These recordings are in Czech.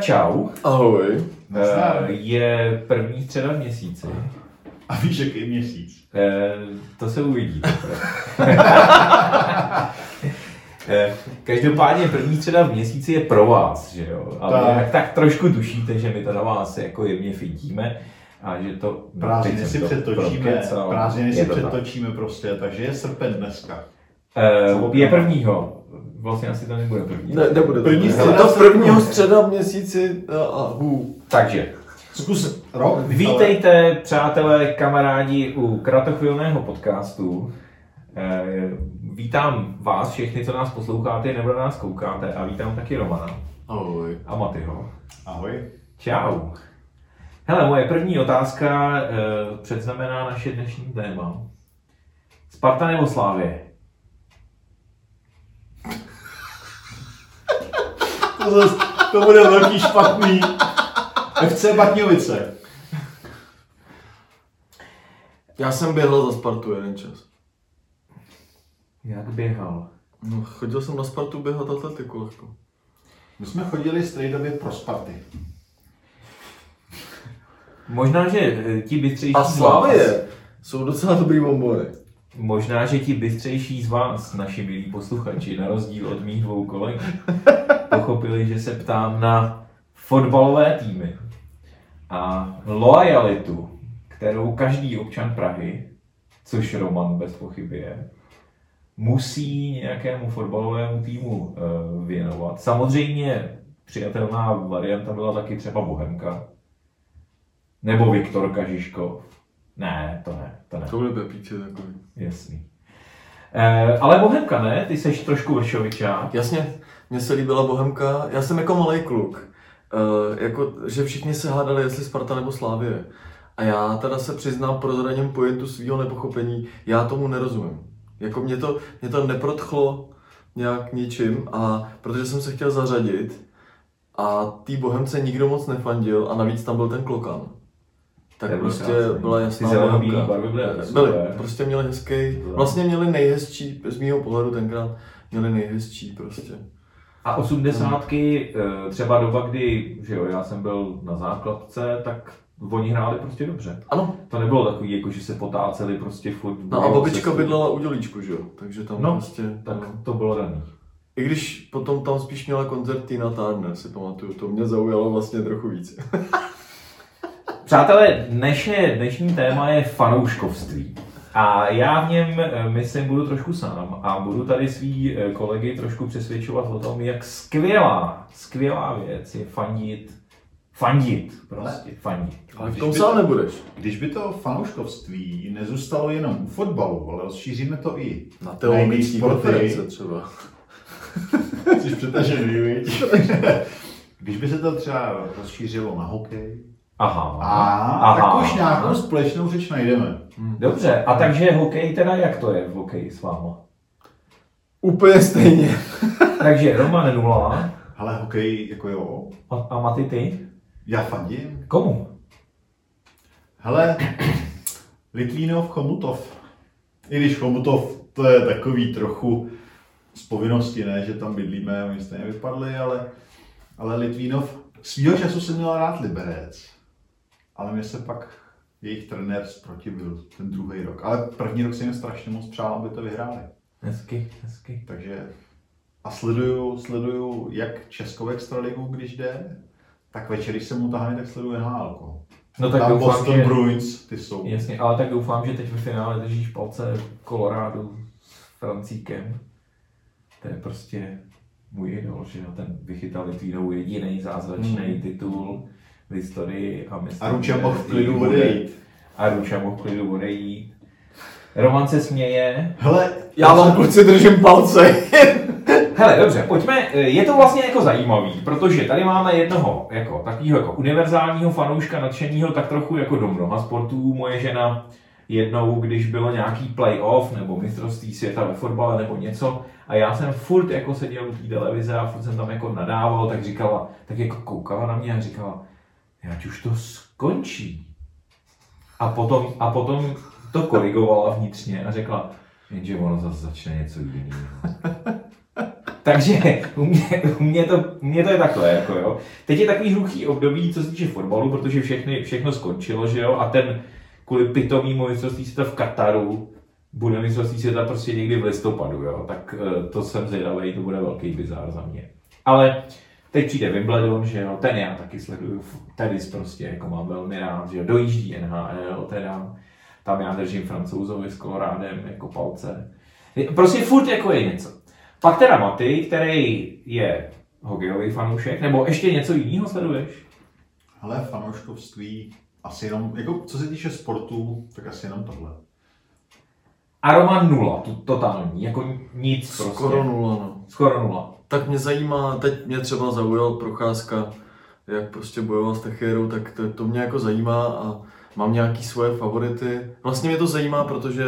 čau. Ahoj. Je první středa v měsíci. A víš, jaký měsíc? To se uvidí. Každopádně první středa v měsíci je pro vás, že jo? Ale tak trošku tušíte, že my to na vás jako jemně fidíme. A že to prázdniny si přetočíme prostě, takže je srpen dneska. Je prvního. Vlastně asi to nebude první. Nebude první to prvního středa v měsíci. Takže. Zkus rok. Vítejte, přátelé, kamarádi u kratochvilného podcastu. Vítám vás všechny, co nás posloucháte nebo na nás koukáte, a vítám taky Romana. Ahoj. A Matyho. Ahoj. Čau. Hele, moje první otázka předznamená naše dnešní téma. Sparta nebo Slavie? To bude velký špatný. FC Batňovice. Já jsem běhal za Spartu jeden čas. Jak běhal? No, chodil jsem na Spartu běhat atletiku lehko. My jsme chodili strejdově pro Sparty. Možná, že ti bystřejší a Slavie jsou docela dobrý bombory. Možná, že ti bystřejší z vás, naši milí posluchači, na rozdíl od mých dvou kolegů, pochopili, že se ptám na fotbalové týmy a loajalitu, kterou každý občan Prahy, což Roman bez pochyby je, musí nějakému fotbalovému týmu věnovat. Samozřejmě přijatelná varianta byla taky třeba Bohemka. Nebo Viktor Kažiškov. Ne, to ne. To byly Pepíci takový. Jasný. Ale Bohemka ne? Ty seš trošku vršovičák. Jasně, mně se líbila Bohemka. Já jsem jako malej kluk. Že všichni se hádali, jestli Sparta nebo Slavie. A já teda se přiznám prozraním pointu svého nepochopení. Já tomu nerozumím. Jako mě to neprotchlo nějak ničím, a protože jsem se chtěl zařadit a té Bohemce nikdo moc nefandil a navíc tam byl ten Klokan. Tak prostě byla jasná Bohemka. Byli, prostě měli hezký, vlastně měli nejhezčí, z mýho pohledu tenkrát, měli nejhezčí prostě. A 80. třeba doba, kdy, že jo, já jsem byl na základce, tak oni hráli prostě dobře. Ano. To nebylo takový, jako že se potáceli prostě furt. No a babička bydlela u Dělíčku, že jo, takže tam prostě. Tak to bylo daný. I když potom tam spíš měla koncert Tina Turner, si pamatuju, to mě zaujalo vlastně trochu víc. Přátelé, dnešní téma je fanouškovství. A já v něm, myslím, budu trošku sám a budu tady svý kolegy trošku přesvědčovat o tom, jak skvělá věc je fandit. Ale v tom sám nebudeš. Když by to fanouškovství nezůstalo jenom u fotbalu, ale rozšíříme to i na teologické konference třeba. Jsi přetažený, viď? Když by se to třeba rozšířilo na hokej, tak už nějakou společnou řeč najdeme. Dobře, a takže hokej teda, jak to je v hokeji s váma? Úplně stejně. Takže Roman 0. Ale hokej jako jo. A Maty, ty? Já fandím. Komu? Hele, Litvínov, Chomutov. I když Chomutov, to je takový trochu z povinnosti, ne, že tam bydlíme, oni stejně vypadli, ale Litvínov, svýho času jsem měl rád Liberec. Ale mě se pak jejich trenér zprotivil ten druhý rok. Ale první rok jsem jim strašně moc přál, aby to vyhráli. Hezky. Takže a sleduju jak českou extraligu, když jde, tak večer, když jsem utahaný, tak sleduju NHL. No tak tam doufám, Boston že Bruins, ty jsou. Jasně, ale tak doufám, že teď ve finále držíš palce Colorado s Francíkem. To je prostě můj idol, že ten vychytal Litvínovou jediný zázračný titul v historii a myslím, a Ruča mohl v klidu odejít. Roman se směje. Hele, já vám kluci držím palce. Hele, dobře, pojďme, je to vlastně jako zajímavý, protože tady máme jednoho jako takového jako univerzálního fanouška nadšeného tak trochu jako do mnoha sportů. Moje žena jednou, když bylo nějaký playoff nebo mistrovství světa ve fotbale nebo něco a já jsem furt jako seděl u té televize a furt jsem tam jako nadával, tak říkala, tak jako koukala na mě a říkala, ať už to skončí. A potom to korigovala vnitřně a řekla, jenže ono zase začne něco jiného. Takže u mě to je takhle, jako jo. Teď je takový hluchý období, co se týče fotbalu, protože všechno skončilo, že jo, a ten kvůli pitomýmu mistrovství světa v Kataru bude mistrovství světa prostě někdy v listopadu, jo, tak to jsem zvědavý, to bude velký bizár za mě. Ale teď přijde Wimbledon, že jo, ten já taky sleduju, tenis prostě, jako mám velmi rád, že jo, dojíždí NHL, teda, tam já držím Francouzovi s Kolorádem jako palce. Prostě furt jako je něco. Pak teda Maty, který je hokejový fanoušek, nebo ještě něco jiného sleduješ? Hele, fanouškovství, asi jenom, jako co se týče sportu, tak asi jenom tohle. A Roman nula, totální, jako nic prostě. Skoro nula, no. Skoro nula. Tak mě zajímá, teď mě třeba zaujal Procházka, jak prostě bojoval s Techérou, tak to mě jako zajímá a mám nějaký svoje favority. Vlastně mě to zajímá, protože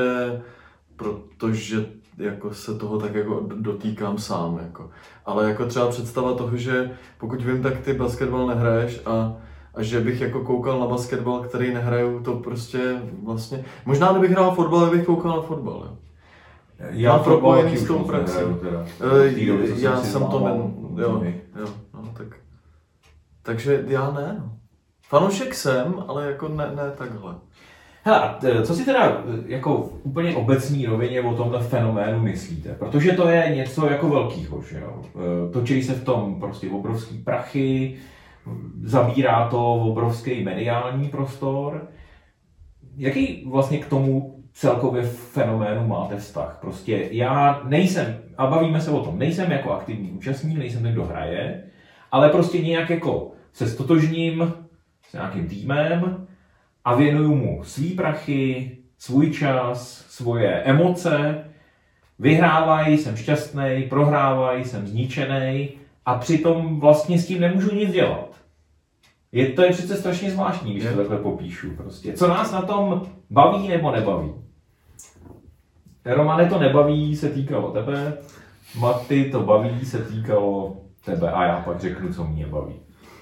jako se toho tak jako dotýkám sám. Jako. Ale jako třeba představa toho, že pokud vím, tak ty basketbal nehraješ a že bych jako koukal na basketbal, který nehraju, to prostě vlastně... Možná kdybych hrál fotbal, bych koukal na fotbal. Jo. Já propojený s tou praxí. Já jsem jsem to no, tak. Takže já ne. No. Fanoušek jsem, ale jako ne takhle. Hele, co si teda jako v úplně obecní rovině o tomhle fenoménu myslíte? Protože to je něco jako velkýho, že jo? Točí se v tom prostě obrovský prachy, zabírá to obrovský mediální prostor. Jaký vlastně k tomu celkově fenoménu máte vztah? Prostě já nejsem, a bavíme se o tom, nejsem jako aktivní účastník, nejsem ten, kdo hraje, ale prostě nějak jako se stotožním s nějakým týmem a věnuju mu svý prachy, svůj čas, svoje emoce, vyhrávají, jsem šťastný, prohrávají, jsem zničený a přitom vlastně s tím nemůžu nic dělat. To je přece strašně zvláštní, když to takhle popíšu. Prostě. Co nás na tom baví nebo nebaví? Romane, to nebaví, se týkalo tebe, Maty, to baví, se týkalo tebe a já pak řeknu, co mě baví.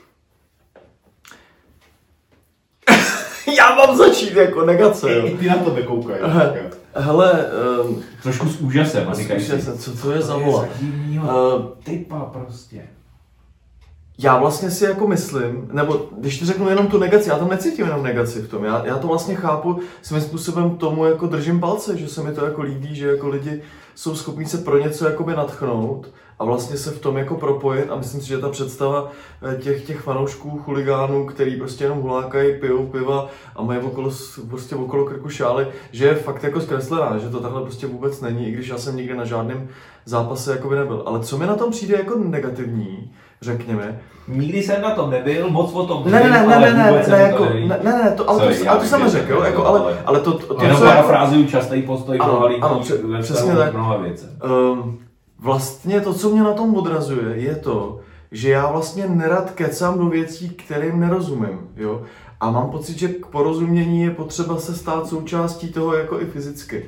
Já mám začít jako negace, jo. I ty na tebe koukají. Hele, trošku s úžasem, a říkají si, co to je za vola? Typa prostě. Já vlastně si jako myslím, nebo když to řeknu jenom tu negaci, já tam necítím jenom negaci v tom, já to vlastně chápu svým způsobem tomu jako držím palce, že se mi to jako líbí, že jako lidi jsou schopní se pro něco jakoby nadchnout a vlastně se v tom jako propojit a myslím si, že ta představa těch fanoušků, chuligánů, který prostě jenom hulákají, pijou piva a mají okolo krku šály, že je fakt jako zkreslená, že to takhle prostě vůbec není, i když já jsem nikdy na žádném zápase jakoby nebyl. Ale co mi na tom přijde jako negativní, řekněme. Nikdy jsem na tom nebyl, moc o tom ne, to jsem neřekl, jako, ale to jenom parafrázuju častý postoj Kovalíků ve přesně tak mnoha věcech. Vlastně to, co mě na tom odrazuje, je to, že já vlastně nerad kecám do věcí, kterým nerozumím, jo. A mám pocit, že k porozumění je potřeba se stát součástí toho jako i fyzicky.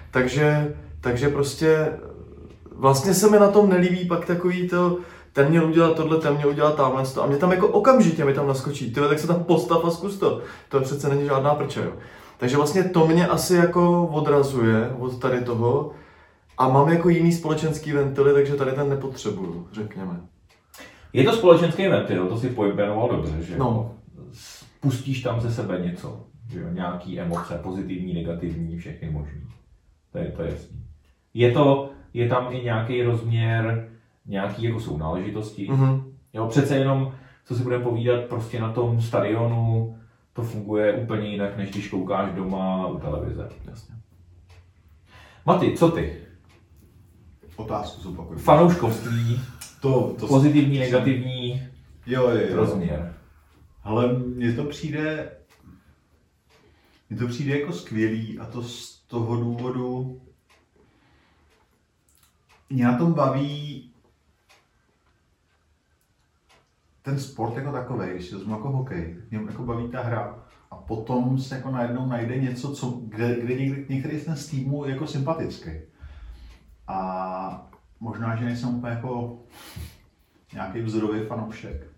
Takže prostě vlastně se mi na tom nelíbí pak takový to, ten měl udělat tohle, ten měl udělat tamhle to. A mě tam jako okamžitě mi tam naskočí. Tyhle, tak se tam postav a zkus to. To přece není žádná prča, jo. Takže vlastně to mě asi jako odrazuje od tady toho. A mám jako jiný společenský ventily, takže tady ten nepotřebuju, řekněme. Je to společenský ventil, to si pojmenoval dobře, že no. Pustíš tam ze sebe něco, že jo, nějaký emoce, pozitivní, negativní, všechny možný. To je jasný. Je tam i nějaký rozměr, nějaký jako sounáležitosti. Mm-hmm. Jo, přece jenom, co si budeme povídat, prostě na tom stadionu to funguje úplně jinak, než když koukáš doma u televize. Jasně. Maty, co ty? Otázku zopakuju. Fanouškovství, to pozitivní, negativní jo. rozměr. Ale mně to přijde jako skvělý a to z toho důvodu mě na tom baví ten sport jako takovej, když si to jako hokej, mě jako baví ta hra a potom se jako najednou najde něco, kde některý ten z týmu je jako sympatický. A možná, že nejsem úplně jako nějaký vzorový fanoušek,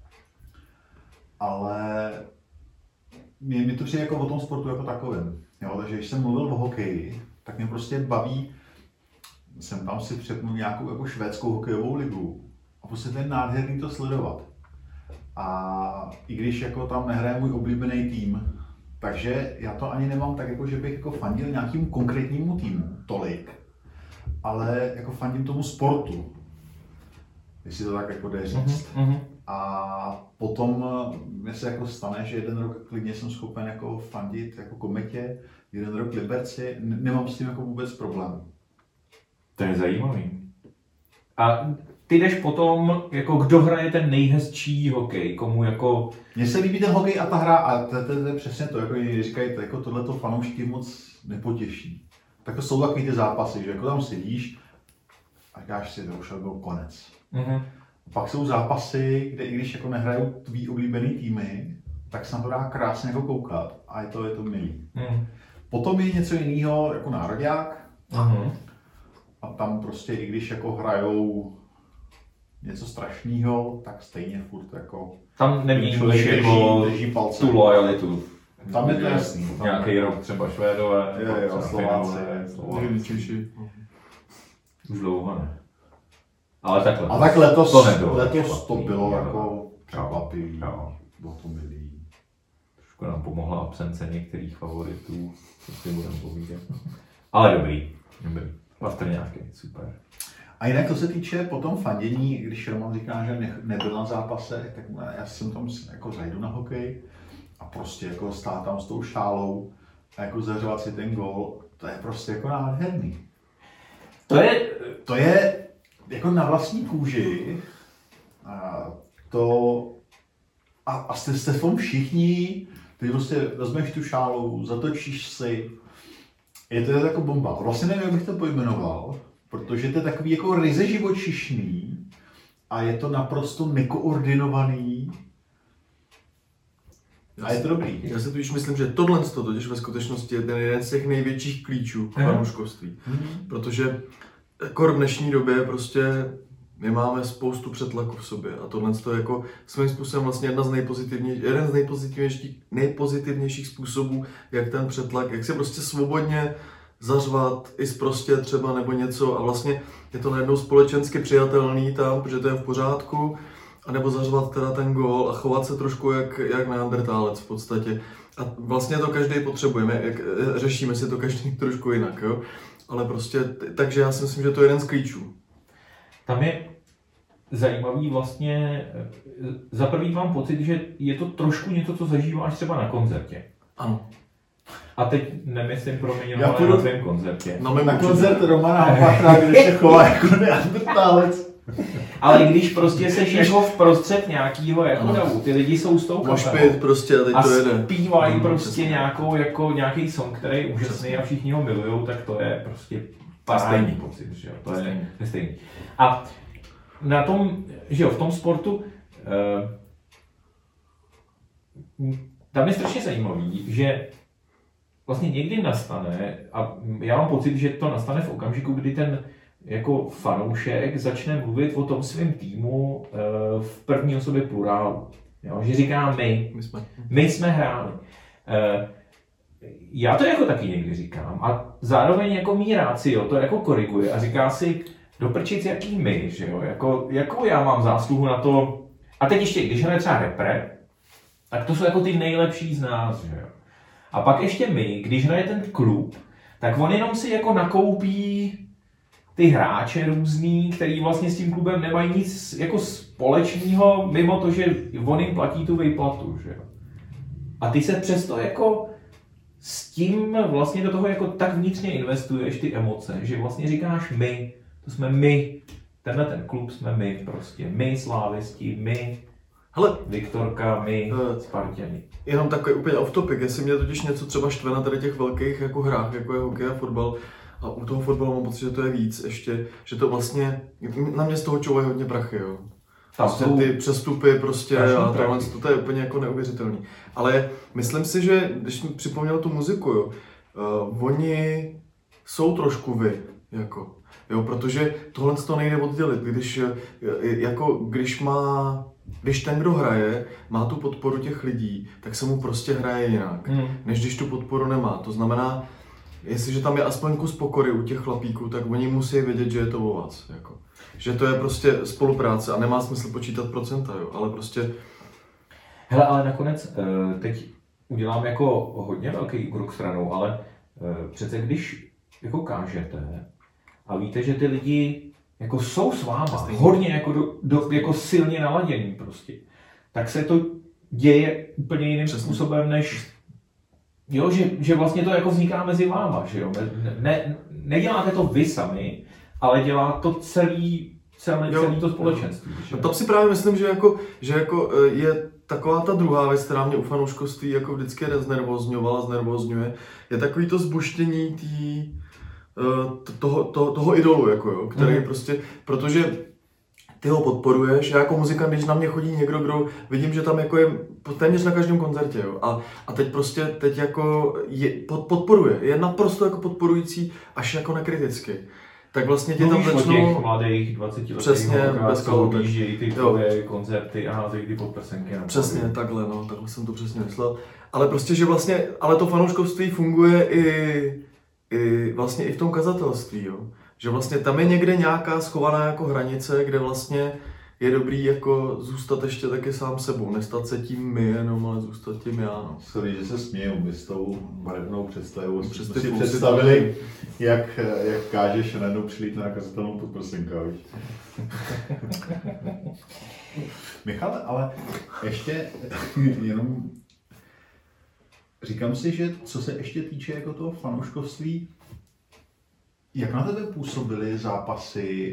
ale mi to přijde jako o tom sportu jako takovém. Jo, takže když jsem mluvil o hokeji, tak mě prostě baví jsem tam si přepnul nějakou jako švédskou hokejovou ligu a prostě to je nádherný to sledovat. A i když jako tam nehraje můj oblíbený tým, takže já to ani nemám tak, jako, že bych jako fandil nějakému konkrétnímu týmu tolik, ale jako fandím tomu sportu, jestli to tak jako jde říct. A potom mi se jako stane, že jeden rok klidně jsem schopen jako fandit jako Kometě, jeden rok Liberci, nemám s tím jako vůbec problém. To je zajímavý. A ty jdeš potom, jako kdo hraje ten nejhezčí hokej, komu jako... Mně se líbí ten hokej a ta hra a to je přesně to, jako říkají, jako tohleto fanoušky moc nepotěší. Tak to jsou takový ty zápasy, že jako tam sedíš a říkáš si, to už byl konec. Pak jsou zápasy, kde i když jako nehrajou tvý oblíbený týmy, tak se na to dá krásně jako koukat a je to milý. Potom je něco jiného jako nároďák a tam prostě i když jako hrajou něco strašného, tak stejně furt jako... Tam neměníš jako tu lojalitu. Tam je to jasný. Nějaký rok třeba Švédové, Slováci. Už dlouho ne. Ale takhle. A tak letos to bylo jo, jako překvapivý, bylo to milý. Trošku nám pomohla absence některých favoritů, co si budeme povídat. Ale dobrý. Pastrňáky, super. A jinak to se týče potom fandění, když Roman říká, že nebyl na zápase, tak já jsem tam jako zajdu na hokej a prostě jako stát tam s tou šálou a jako zařovat si ten gól, to je prostě jako nádherný. To je jako na vlastní kůži a jste v tom všichni, ty prostě vezmeš tu šálu, zatočíš si, je to jako bomba. Vlastně nevím, jak bych to pojmenoval, protože to je takový jako ryze živočišný a je to naprosto nekoordinovaný a je to dobrý. Já si totiž myslím, že tohle totiž ve skutečnosti je ten jeden z těch největších klíčů fanouškovství. Protože jako v dnešní době prostě my máme spoustu přetlaku v sobě a tohle je jako svým způsobem vlastně jeden z nejpozitivnějších způsobů, jak ten přetlak, jak se prostě svobodně zařvat i prostě třeba nebo něco a vlastně je to najednou společensky přijatelný tam, protože to je v pořádku, anebo zařvat teda ten gól a chovat se trošku jak neandertálec v podstatě. A vlastně to každý potřebujeme, řešíme si to každý trošku jinak, jo? Ale prostě, takže já si myslím, že to je jeden z klíčů. Tam je zajímavý vlastně, za prvý mám pocit, že je to trošku něco, co zažíváš třeba na koncertě. Ano. A teď nemyslím proměňovat na tvém koncertě. Na koncert Romana Opatra, kde se chová jako neandertálec. Ale když prostě seš jako vprostřed nějakýho jako davu, ty lidi jsou s tou kapelou prostě a teď to jede. Zpívají prostě nějaký song, který je úžasný a všichni ho milujou, tak to je prostě parádní pocit, že jo, to je stejný. A na tom, že jo, v tom sportu, tam je strašně zajímavý, že vlastně někdy nastane, a já mám pocit, že to nastane v okamžiku, kdy ten jako fanoušek začne mluvit o tom svém týmu v první osobě plurálu. Jo, že říká my jsme hráli. Já to jako taky někdy říkám a zároveň jako mý rácio to jako koriguje a říká si do prčic jaký my, že jo, jakou já mám zásluhu na to. A teď ještě, když hraje třeba repre, tak to jsou jako ty nejlepší z nás, že jo. A pak ještě my, když hraje ten klub, tak on jenom si jako nakoupí ty hráče různý, který vlastně s tím klubem nemají nic jako společného, mimo to, že on jim platí tu výplatu, že jo. A ty se přesto jako s tím vlastně do toho jako tak vnitřně investuješ ty emoce, že vlastně říkáš my, to jsme my, tenhle ten klub jsme my prostě, my slávisti, my, hele, Viktorka, my, Spartěni. Jenom takový úplně off topic, jestli mě totiž něco třeba štve na tady těch velkých jako hrách, jako je hokej a fotbal, a u toho fotbalu mám pocit, že to je víc ještě, že to vlastně, na mě z toho čouvají hodně prachy, jo. Prostě ty přestupy prostě a to je úplně jako neuvěřitelný. Ale myslím si, že když mi připomněl tu muziku, jo, oni jsou trošku vy, jako, jo, protože tohle to nejde oddělit, když ten, kdo hraje, má tu podporu těch lidí, tak se mu prostě hraje jinak, než když tu podporu nemá. To znamená, jestliže tam je aspoň kus pokory u těch chlapíků, tak oni musí vědět, že je to o vás, jako. Že to je prostě spolupráce a nemá smysl počítat procenta, jo, ale prostě... Hele, ale nakonec teď udělám jako hodně velký krok stranou, ale přece když jako kážete a víte, že ty lidi jako jsou s váma hodně jako, jako silně naladění prostě, tak se to děje úplně jiným způsobem, než jo, že vlastně to jako vzniká mezi váma, že jo? Neděláte to vy sami, ale dělá to celý to společenství. No, tam si právě myslím, že je taková ta druhá věc, která mě u fanouškovství jako vždycky znervózňuje, je takový to zbuštění toho idolu, jako jo, který prostě, protože ty ho podporuješ, já jako muzikant, když na mě chodí někdo, kdo vidím, že tam jako je téměř na každém koncertě, jo, a teď jako podporuje, je naprosto jako podporující, až jako nekriticky. Tak vlastně ti tam začnou... těch mladých 20 letých co objíždějí ty tvoje koncerty a házejí ty podprsenky. Přesně, takhle jsem to přesně myslel. Ale prostě, že vlastně, ale to fanouškovství funguje i vlastně i v tom kazatelství, jo. Že vlastně tam je někde nějaká schovaná jako hranice, kde vlastně je dobrý jako zůstat ještě taky sám sebou, nestat se tím my jenom, ale zůstat tím já, no. Sorry, že se směju, my s tou barevnou představou jsme si představili, jak kážeš a najednou přilítne na kazatelnou podprsenka, víš. Michale, ale ještě jenom říkám si, že co se ještě týče jako toho fanouškovství, jak na tebe působily zápasy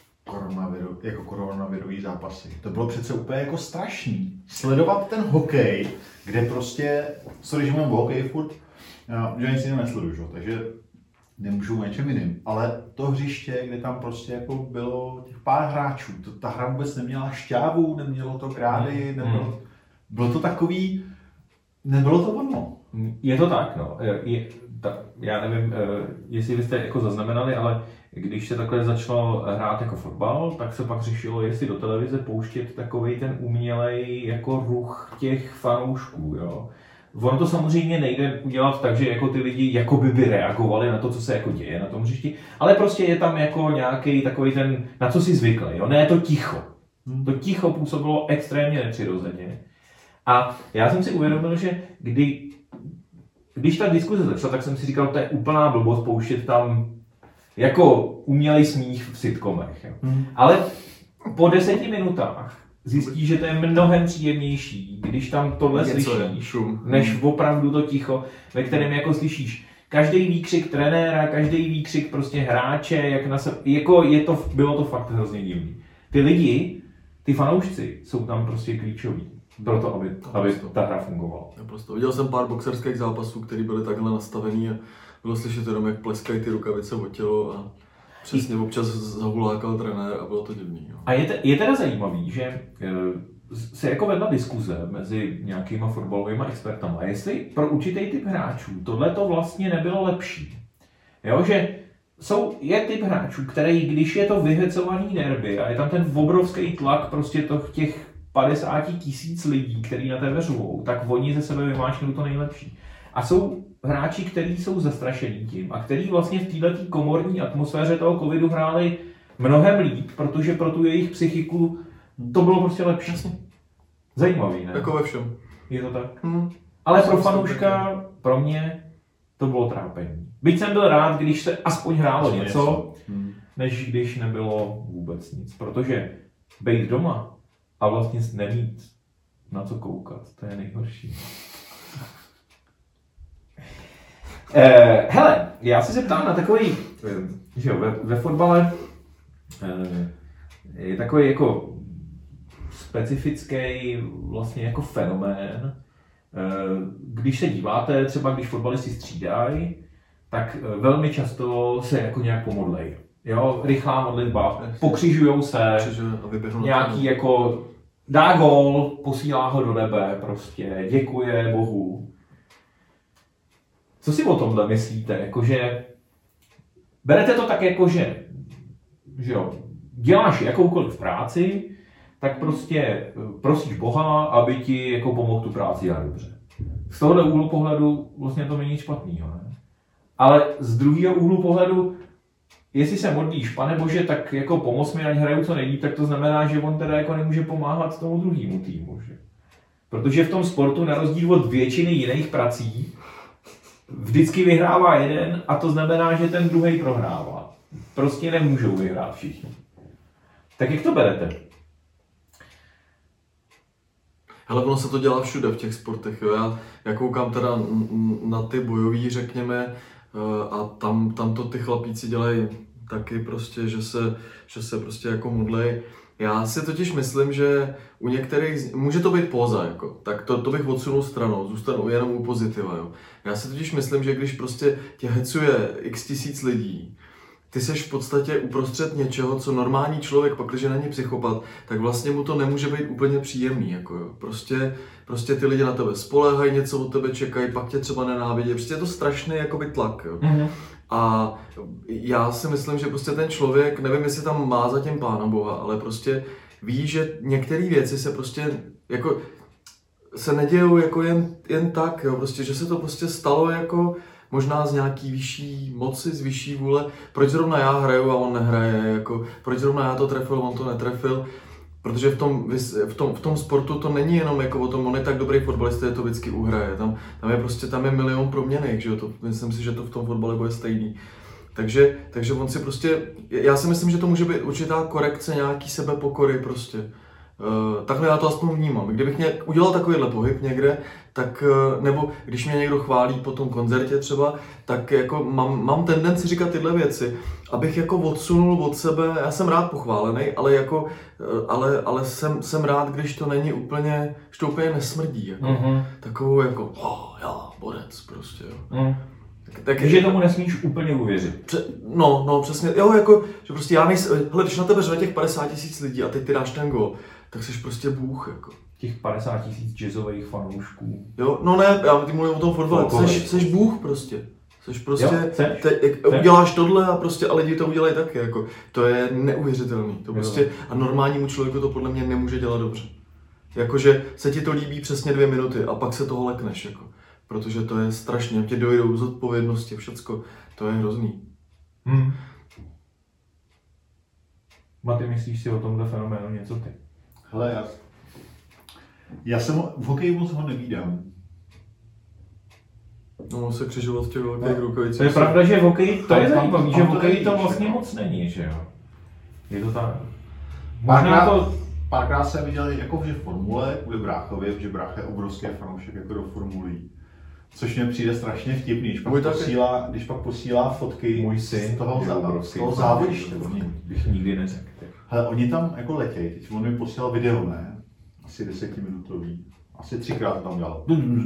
jako koronavirový zápasy? To bylo přece úplně jako strašný. Sledovat ten hokej, kde prostě, sorry, že mám hokej furt, že nic jiného nesleduju, že? Takže nemůžu o něčem jiným. Ale to hřiště, kde tam prostě jako bylo těch pár hráčů, ta hra vůbec neměla šťávu, nemělo to grády, bylo to takový, nebylo to ono. Je to tak, no. Já nevím, jestli vy jste jako zaznamenali, ale když se takhle začalo hrát jako fotbal, tak se pak řešilo, jestli do televize pouštět takovej ten umělej jako ruch těch fanoušků, jo. Ono to samozřejmě nejde udělat tak, že jako ty lidi jakoby by reagovali na to, co se jako děje na tom hřišti, ale prostě je tam jako nějaký takový ten, na co si zvykli, jo. Ne, to ticho. To ticho působilo extrémně nepřirozeně. A já jsem si uvědomil, že když ta diskuze začala, tak jsem si říkal, to je úplná blbost pouštět tam jako umělej smích v sitcomech. Jo. Ale po 10 minutách zjistíš, že to je mnohem příjemnější, když tam tohle slyšíš, než opravdu to ticho, ve kterém jako slyšíš každý výkřik trenéra, každý výkřik prostě hráče, jak na sebe, jako bylo to fakt hrozně divný. Ty lidi, ty fanoušci jsou tam prostě klíčoví. Proto, aby ta hra fungovala. Naprosto. Viděl jsem pár boxerských zápasů, které byly takhle nastavený a bylo slyšet jenom, jak pleskají ty rukavice o tělo a přesně občas zahulákal trenér a bylo to divný. Jo. A je teda zajímavý, že se jako vedla diskuze mezi nějakýma fotbalovými expertama, jestli pro určitý typ hráčů tohle to vlastně nebylo lepší. Jo, že je typ hráčů, který, když je to vyhecovaný derby a je tam ten obrovský tlak prostě těch 50 000 lidí, kteří na tebe řvou, tak oni ze sebe vymáčknou to nejlepší. A jsou hráči, kteří jsou zastrašení tím a kteří vlastně v této komorní atmosféře toho covidu hráli mnohem líp, protože pro tu jejich psychiku to bylo prostě lepší. Zajímavý, ne? Jako ve všem. Je to tak? Ale pro fanouška, pro mě, to bylo trápení. Byť jsem byl rád, když se aspoň hrálo něco, než když nebylo vůbec nic. Protože být doma a vlastně nemít na co koukat, to je nejhorší. Hele, já si zeptám na takový, že jo, ve fotbale je takový jako specifický vlastně jako fenomén. Když se díváte, třeba když fotbalisti střídají, tak velmi často se jako nějak pomodlejí. Jo, rychlá modlitba, pokřižujou se, nějaký jako dá gól, posílá ho do nebe, prostě děkuje Bohu. Co si o tomhle myslíte? Jakože berete to tak jako, že jo, děláš jakoukoliv práci, tak prostě prosíš Boha, aby ti jako pomohl tu práci dělat dobře. Z tohohle úhlu pohledu vlastně to není nic špatného, ne? Ale z druhého úhlu pohledu, jestli se modlíš, Pane Bože, tak jako pomoz mi, ať hraju co nejlíp, tak to znamená, že on teda jako nemůže pomáhat tomu druhému týmu. Že? Protože v tom sportu, na rozdíl od většiny jiných prací, vždycky vyhrává jeden a to znamená, že ten druhý prohrává. Prostě nemůžou vyhrát všichni. Tak jak to berete? Hele, ono se to dělá všude v těch sportech, jo. Já koukám teda na ty bojový, řekněme, a tam to ty chlapíci dělají taky prostě, že se prostě jako modlej. Já si totiž myslím, že u některých, může to být póza, jako, tak to bych odsunul stranou, zůstanu jenom u pozitiva, jo. Já si totiž myslím, že když prostě tě hecuje x tisíc lidí, ty seš v podstatě uprostřed něčeho, co normální člověk, pakliže není psychopat, tak vlastně mu to nemůže být úplně příjemný, jako jo. Prostě ty lidi na tebe spoléhají, něco od tebe čekají, pak tě třeba nenávidí, prostě je to strašný jakoby tlak, jo. Mm-hmm. A já si myslím, že prostě ten člověk, nevím, jestli tam má zatím Pána Boha, ale prostě ví, že některé věci se prostě jako se nedějou jako jen tak, jo, prostě, že se to prostě stalo jako možná z nějaký vyšší moci, z vyšší vůle, proč zrovna já hraju a on nehraje, jako, proč zrovna já to trefil, on to netrefil, protože v tom sportu to není jenom jako o tom, on je tak dobrý fotbalista, že to vždycky uhraje, tam je milion proměnných, že jo, to, myslím si, že to v tom fotbale bude stejný. Takže on si prostě, já si myslím, že to může být určitá korekce nějaký sebepokory prostě. Takhle já to aspoň vnímám. Kdybych udělal takovýhle pohyb někde, tak, nebo když mě někdo chválí po tom koncertě třeba, tak jako mám tendenci říkat tyhle věci, abych jako odsunul od sebe, já jsem rád pochválený, ale jsem rád, když to není úplně, že to úplně nesmrdí, jako, takovou jako, já, borec prostě, jo. Takže tomu nesmíš úplně uvěřit. No, přesně, jo, jako, že prostě já nejsem, hele, když na tebe řve těch 50 000 lidí a teď ty dáš ten gól, tak jsi prostě bůh, jako. Těch 50 000 jazzových fanoušků. Jo, no ne, já ty mluvím o tom fotbale, jsi bůh prostě. Jsi prostě, jo, uděláš tohle a prostě a lidi to udělají taky, jako. To je neuvěřitelný, to prostě, a normálnímu člověku to podle mě nemůže dělat dobře. Jakože se ti to líbí přesně 2 minuty a pak se toho lekneš, jako. Protože to je strašně, tě dojdou zodpovědnosti, všecko, to je hrozný. Maty, myslíš si o tomhle fenoménu něco ty? Hele, já jsem v hokeji moc ho nevídám. No, se křižovat v těch velkých rukavicích. To je pravda, že v hokeji, to je zajímavé, že v hokeji to vlastně moc není, že jo? Je to tak. Párkrát jsem viděl jako v formule kvůli bráchovi, protože brácha je obrovský fanoušek jako do formulí. Což mě přijde strašně vtipný, když pak posílá fotky můj syn z toho závodiště. Bych nikdy neřekl. Hele, oni tam jako letějí, teď on mi posílal video, ne? Asi 10minutový. Asi 3krát tam dělal.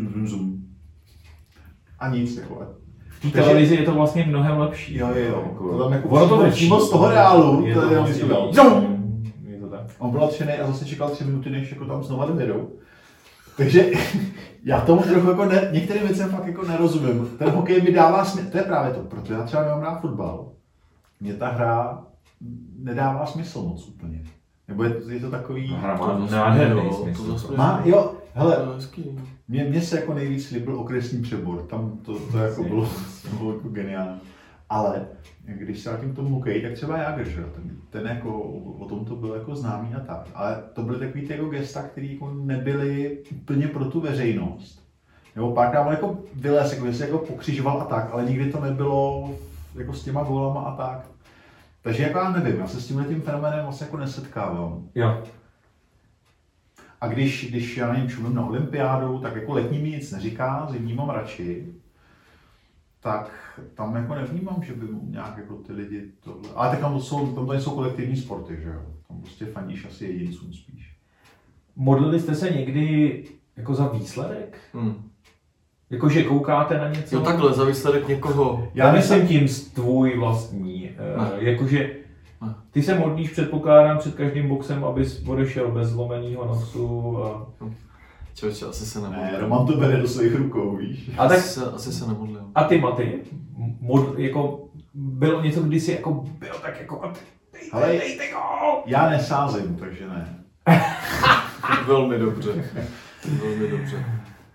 A nic, jako. V té televizi je to vlastně mnohem lepší. Jo. Jako, to tam jako přímo z toho reálu. Je to vlastně tak. On byl nadšený a zase čekal 3 minuty, než jako tam znova dojedou. Takže já tomu trochu jako některým věcem fakt jako nerozumím. Ten hokej mi dává smysl, to je právě to, protože já třeba nemám rád fotbal. Mně ta hra nedává smysl moc úplně. Nebo je to takový... Hra má nádherný smysl. Má, jo, hele, mně se jako nejvíc líbil okresní přebor, tam to jako bylo jako geniální. Ale když se vrátím k tomu hokeji, tak třeba Jágr, že? Ten jako, o tom to byl jako známý a tak. Ale to byly takový ty jako gesta, které jako nebyly úplně pro tu veřejnost. Nebo párkrát on jako vylez, jako, že se jako pokřižoval a tak, ale nikdy to nebylo jako s těma gólama a tak. Takže jako já nevím, já se s tímhletím fenoménem vlastně jako nesetkávám. Jo. A když já nevím, čumím na olympiádu, tak jako letní mi nic neříká, zimní mám radši. Tak tam jako nevnímám, že by nějak jako ty lidi tohle... Ale tak tam to jsou kolektivní sporty, že jo? Tam prostě fandíš asi jedincům spíš. Modlili jste se někdy jako za výsledek? Jakože koukáte na něco? Jo, takhle, za výsledek někoho. Já myslím tím tvůj vlastní. Jakože ty se modlíš, předpokládám, před každým boxem, abys odešel bez zlomeného nosu a... Člověče, asi se nemodlím. Ne, Roman to bere do svých rukou, víš. A tak, asi se nemodlím. A ty, Maty, jako bylo něco, kdy jsi jako byl tak jako... Dejte go! Já nesázím, takže ne. Velmi dobře. Velmi dobře.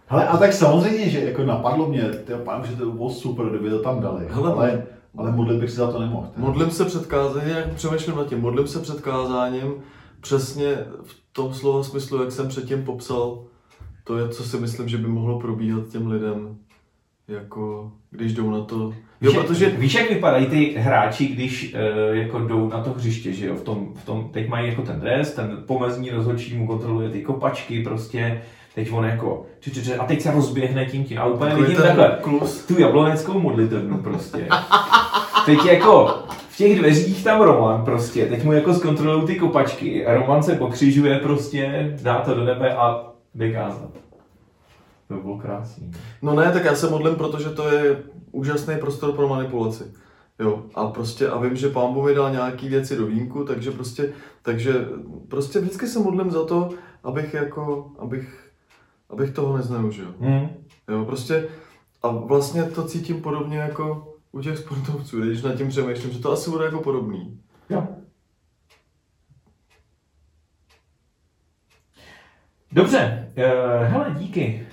Hele, a tak samozřejmě, že jako napadlo mě, pán, že to bylo super, kdyby to tam dali, ale modlit bych si za to nemohl. Modlím se před kázáním, jak přemýšlím nad tím, modlím se před kázáním přesně v tom slova smyslu, jak jsem předtím popsal, to je, co si myslím, že by mohlo probíhat těm lidem, jako když jdou na to. Jo, protože... Víš, jak vypadají ty hráči, když jako jdou na to hřiště, že jo? V tom, teď mají jako ten dres, ten pomezní rozhodčí mu kontroluje ty kopačky, prostě, teď on jako, a teď se rozběhne tím a úplně vidím takhle, tu jabloneckou modlitevnu prostě. Teď jako, v těch dveřích tam Roman prostě, teď mu jako zkontrolují ty kopačky a Roman se pokřižuje prostě, dá to do nebe a jde kázat. To bylo krásný. No ne, tak já se modlím, protože to je úžasný prostor pro manipulaci. Jo, a vím, že Pán Bůh mi dal nějaký věci do vínku, takže prostě vždycky se modlím za to, abych toho nezneužil. Jo, prostě a vlastně to cítím podobně jako u těch sportovců, když nad tím přemýšlím, že to asi bude jako podobný. Jo. Dobře, hele, díky.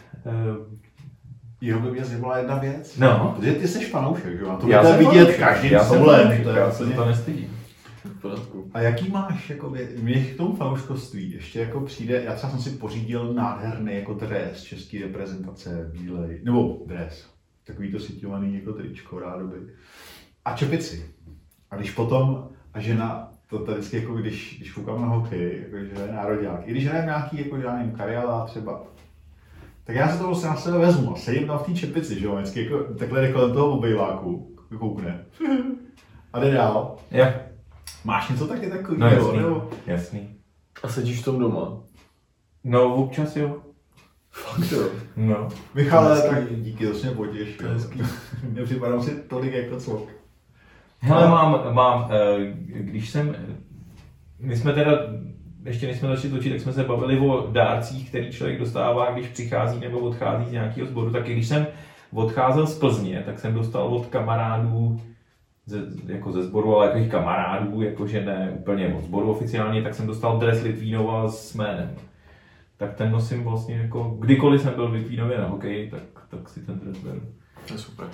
Jo, by mě zajímala jedna věc. No. Protože ty jsi fanoušek, že jo? To já jsem vidět každým solem. Já se to nestydím. A jaký máš, jako, mě k tomu fanouškovství ještě jako přijde, já třeba jsem si pořídil nádherný jako dres české reprezentace, bílej, nebo dres, takový to syťovaný jako tričko rádoby. A čepici. A když potom, a žena, to tady vždycky jako když koukám na hokej, jako že je nároďák, i když hrajem nějaký, jako já nevím, Karjala třeba, tak já se to vlastně na sebe vezmu a sedím tam v té čepici, že jo, vždycky jako takhle jde kolem toho obejváku, koukne. A jde dál. Jo. Máš něco taky takový? No jasný, nebo? jasný. A sedíš v tom doma? No občas jo. Fakt jo. No. Michale, tak díky, to jsi mě potěšil. Nepřipadám si tolik jako cvok. Hele, mám, když jsem, my jsme teda, ještě než jsme začali točit, tak jsme se bavili o dárcích, který člověk dostává, když přichází nebo odchází z nějakého sboru. Tak když jsem odcházel z Plzně, tak jsem dostal od kamarádů, jako ze sboru, ale jakých kamarádů, jakože ne úplně od sboru oficiálně, tak jsem dostal dres Litvínova s jménem. Tak ten nosím vlastně jako, kdykoliv jsem byl v Litvínově na hokeji, tak si ten dres beru. To je super.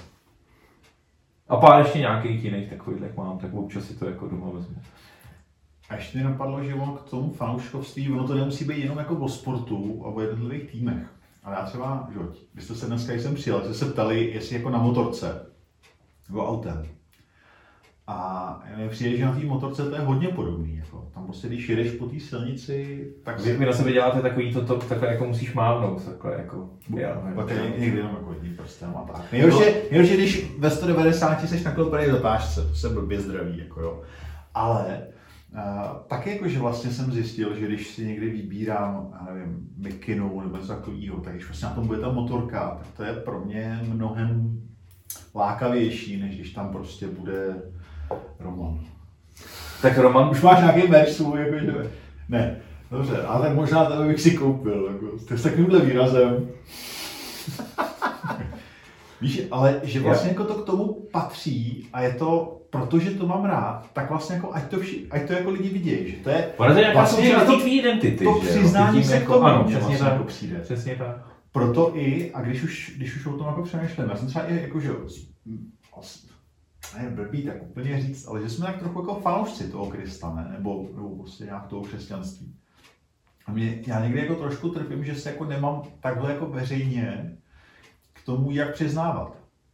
A pár ještě nějakých jiných takových mám, tak občas si to jako doma vezmu. A ještě mi napadlo, že ono k tomu fanouškovství, ono to nemusí být jenom jako o sportu a o jednotlivých týmech. Ale já třeba, že vy jste se dneska, když jsem přijel, jste se ptali, jestli jako na motorce nebo autem. A mně přijde, že na té motorce to je hodně podobný. Jako. Tam prostě, když jedeš po té silnici, tak... Vy na sebe děláte takový to takhle jako musíš mávnout, takhle jako... Někdy jenom jako jedním prstem a tak. Nejhorší, když ve 190 jsi naklopený do tážce, to se blbě zdraví, jako jo. Ale taky jako, že vlastně jsem zjistil, že když si někdy vybírám, já nevím, mikinu nebo něco takového, tak když vlastně na tom bude ta motorka, tak to je pro mě mnohem lákavější, než když tam prostě bude Roman. Tak Roman... Už máš nějaký merch svůj, jakože... Ne, dobře, ale tak možná to bych si koupil, jako, s takovýmhle výrazem. Víš, ale že vlastně jako to k tomu patří a je to, protože to mám rád, tak vlastně jako ať to jako lidi vidějí, že to je... Ono to je nějaká vlastně součástí tvý identity, to že přiznání se k tomu, ano, přesně vlastně tak, jako přijde. Přesně tak. Proto i, a když už o tom jako přemýšlím, já jsem třeba i jako, že ne blbý tak úplně říct, ale že jsme tak trochu jako fanoušci toho Krista, ne? Nebo prostě nějak toho křesťanství. A já někdy jako trošku trpím, že se jako nemám takhle jako veřejně k tomu, jak přiznávat.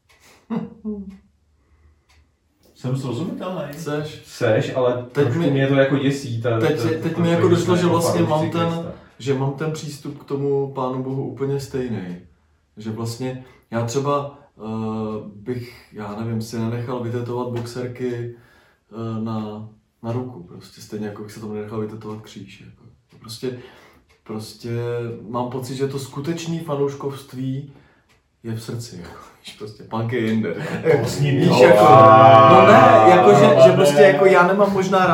Jsem srozumitelný. Seš, ale teď mě to jako děsí. Teď mi jako došlo, že vlastně mám ten přístup k tomu Pánu Bohu úplně stejný. Že vlastně já třeba bych, já nevím, si nenechal vytetovat boxerky na ruku, prostě stejně jako bych se tomu nenechal vytetovat kříž. Jako. Prostě mám pocit, že to skutečné fanouškovství je v srdci, jako, prostě punk je jinde. Víš, jako, no ne, jako, že prostě jako já nemám možná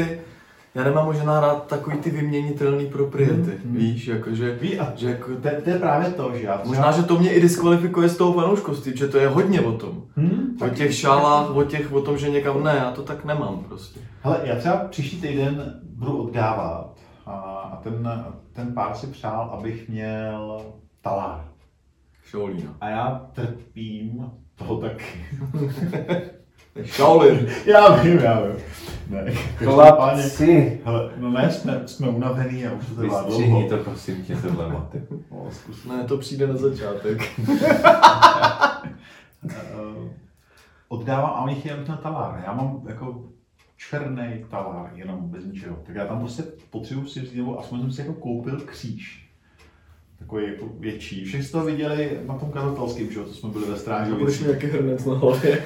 rád takový ty vyměnitelný propriety, víš, jakože... Že jako, to je právě to, že já třeba... Možná, že to mě i diskvalifikuje z toho fanouškovství, že to je hodně o tom. O těch šálách, o tom, že někam ne, já to tak nemám prostě. Hele, já třeba příští týden budu oddávat a ten pár si přál, abych měl talár. Shaolina. A já trpím toho taky. Shaolin. Já vím. Ne, každopádně, Chlapci! hele, no ne, jsme unavený a už to trvá dlouho. Vystřihni to prosím tě, tohle máte. No, zkus. Ne, to přijde na začátek. Oddávám, a oni chtějí na talár. Já mám jako černý talár, jenom bez ničeho. Tak já tam prostě potřebuji si vzít, nebo aspoň jsem si jako koupil kříž. Takový jako větší. Všichni jste to viděli na tom kazatelském, že jo, to jsme byli ve Strážovici. Budeš nějaký hrnec na hlavě.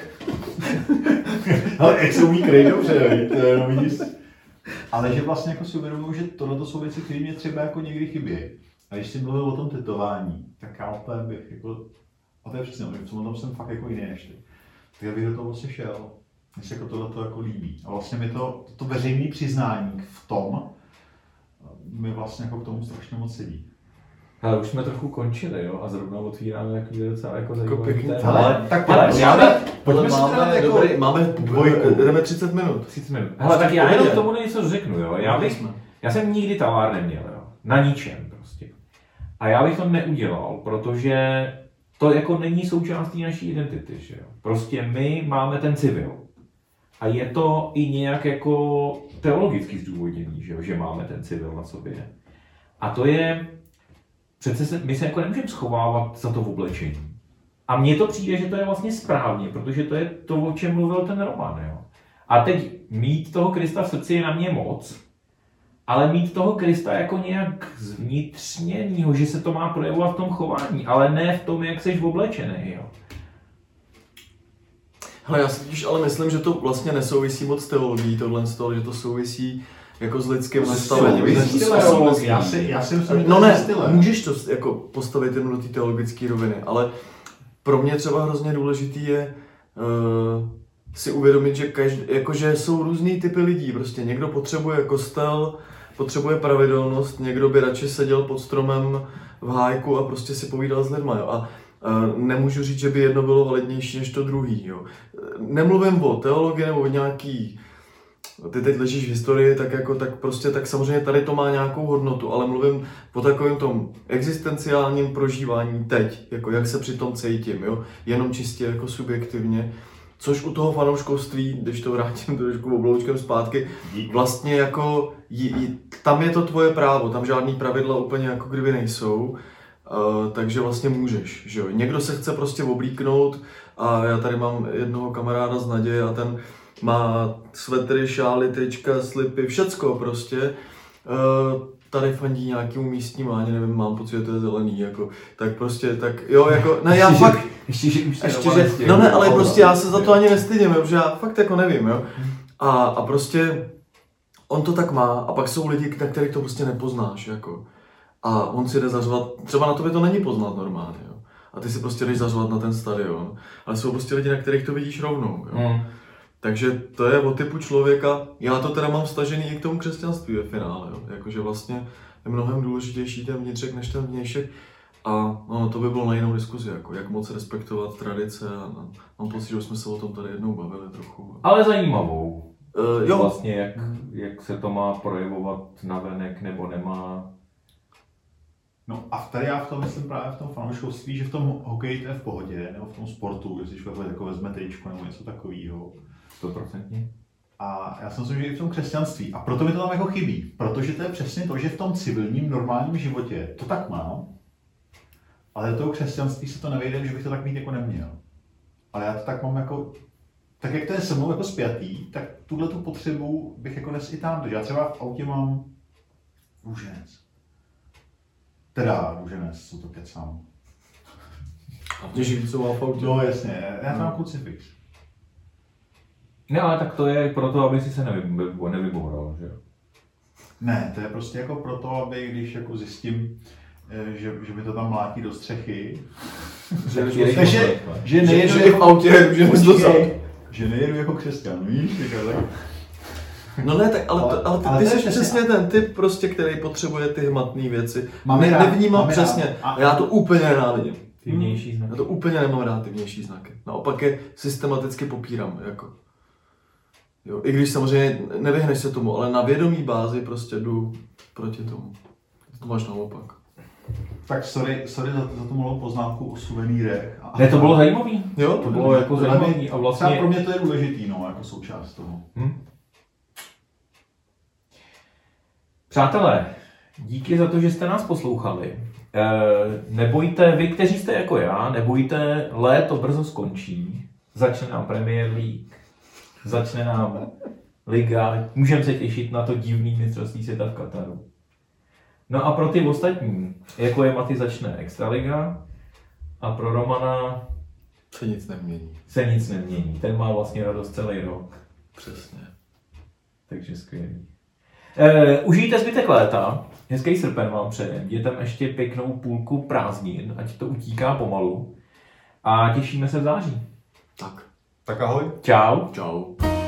Ale jak se umí kryt dobře, to je jenom víc. Ale že vlastně jako si uvědomuji, že tohle jsou věci, které mě třeba jako někdy chybí. A když jsi mluvil o tom tetování, tak já opět bych jako, a to je přesně, v tom jsem fakt jako jiný než ty. Tak já bych do toho vlastně šel. Mně se jako tohle jako líbí. A vlastně mi to veřejné přiznání v tom, mi vlastně jako k tomu strašně moc sedí. Ale už jsme trochu končili, jo, a zrovna otvíráme takový docela jako zajímavý pěkný téma. Ale tak pojďme si teda jako dobrý, máme dvojku. jdeme 30 minut. 30 minut. Hele, tak já jenom k tomu něco řeknu, jo. Já jsem nikdy talár neměl, jo. Na ničem prostě. A já bych to neudělal, protože to jako není součástí naší identity, že jo. Prostě my máme ten civil. A je to i nějak jako teologicky zdůvodněný, že jo, že máme ten civil na sobě. A to je, přece my se jako nemůžeme schovávat za to oblečení. A mně to přijde, že to je vlastně správně, protože to je to, o čem mluvil ten Roman, jo. A teď mít toho Krista v srdci je na mě moc, ale mít toho Krista jako nějak zvnitřněnýho, že se to má projevovat v tom chování, ale ne v tom, jak jsi oblečený, jo. Hele, já si totiž ale myslím, že to vlastně nesouvisí moc s teologií, tohle z toho, že to souvisí jako s lidským nastavením. Já si myslím, že no to je ne, stylem. můžeš to jako postavit jen do té teologické roviny, ale pro mě třeba hrozně důležitý je si uvědomit, že jakože jsou různý typy lidí. Prostě někdo potřebuje kostel, potřebuje pravidelnost, někdo by radši seděl pod stromem v hájku a prostě si povídal s lidma. Jo. A nemůžu říct, že by jedno bylo validnější než to druhý. Jo. Nemluvím o teologii nebo o nějaký, ty teď ležíš v historii, tak samozřejmě tady to má nějakou hodnotu, ale mluvím o takovém tom existenciálním prožívání teď, jako jak se při tom cítím, jo. Jenom čistě jako subjektivně. Což u toho fanouškovství, když to vrátím trošku obloučkem zpátky, vlastně jako tam je to tvoje právo, tam žádný pravidla úplně jako kdyby nejsou, takže vlastně můžeš, že jo. Někdo se chce prostě oblíknout a já tady mám jednoho kamaráda z Naděje a ten má svetry, šály, trička, slipy, všecko prostě. Tady fandí nějakému místnímu, ani nevím, mám pocit, že to je zelený, jako, tak prostě, tak jo, jako, ne, já fakt, no ne, ale prostě já se za to ani nestydím, protože já fakt jako nevím, jo, a prostě on to tak má a pak jsou lidi, na kterých to prostě nepoznáš, jako, a on si jde zařvat, třeba na tobě to není poznat normálně, jo, a ty si prostě jdeš zařvat na ten stadion, ale jsou prostě lidi, na kterých to vidíš rovnou, jo. Takže to je o typu člověka, já to teda mám stažený i k tomu křesťanství ve finále, jo. Jakože vlastně je mnohem důležitější ten vnitřek než ten vnějšek a no, to by bylo na jinou diskuzi, jako jak moc respektovat tradice a mám pocit, že jsme se o tom tady jednou bavili trochu. Ale zajímavou. Jo. Vlastně jak se to má projevovat navenek nebo nemá. No a tady já v tom myslím právě v tom fanouškovství, že v tom hokeji to je v pohodě, nebo v tom sportu, jestli člověk jako vezme tričko nebo něco takového. 100%. A já si myslím, že i v tom křesťanství. A proto mi to tam jako chybí. Protože to je přesně to, že v tom civilním, normálním životě to tak mám, ale do toho křesťanství se to nevejde, že bych to tak mít jako neměl. Ale já to tak mám jako, tak jak to je se mnou jako spjatý, tak tuhle tu potřebu bych jako nes i tam. Takže já třeba v autě mám růženec. Teda růženec, co to kecám. A ty živicová v autě? No jasně, já tam mám krucifix. No ale tak to je proto, aby si se nevyboural, že jo? Ne, to je prostě jako proto, aby když jako zjistím, že mi to tam mlátí do střechy, že nejedu v autě, že nejedu jako křesťan, víš? No ne, tak, ale ty jsi přesně ten typ, prostě, který potřebuje ty hmatné věci. Nevnímám přesně. A já to úplně nenávidím. Ty vnější znaky. Já to úplně nemám rád, ty vnější znaky. Naopak je systematicky popírám, jako. Jo, i když samozřejmě nevyhneš se tomu, ale na vědomí bázi prostě jdu proti tomu. To máš naopak. Tak sorry za tu malou poznámku o suvenýrech. Ne, to bylo zajímavý. Jo, To bylo jako zajímavý a Třeba vlastně... pro mě to je důležitý, no, jako součást toho. Přátelé, díky za to, že jste nás poslouchali. Nebojte, vy, kteří jste jako já, nebojte, léto brzo skončí. Začne nám Premier League, začne nám Liga, můžeme se těšit na to divný mistrovství světa v Kataru. No a pro ty ostatní, jako je Maty, začne Extraliga a pro Romana Se nic nemění. se nic nemění. Ten má vlastně radost celý rok. Přesně. Takže skvělý. Užijte zbytek léta, hezký srpen vám přejem, jděte ještě pěknou půlku prázdnin, ať to utíká pomalu a těšíme se v září. Tak. Tak ahoj. Čau. Čau.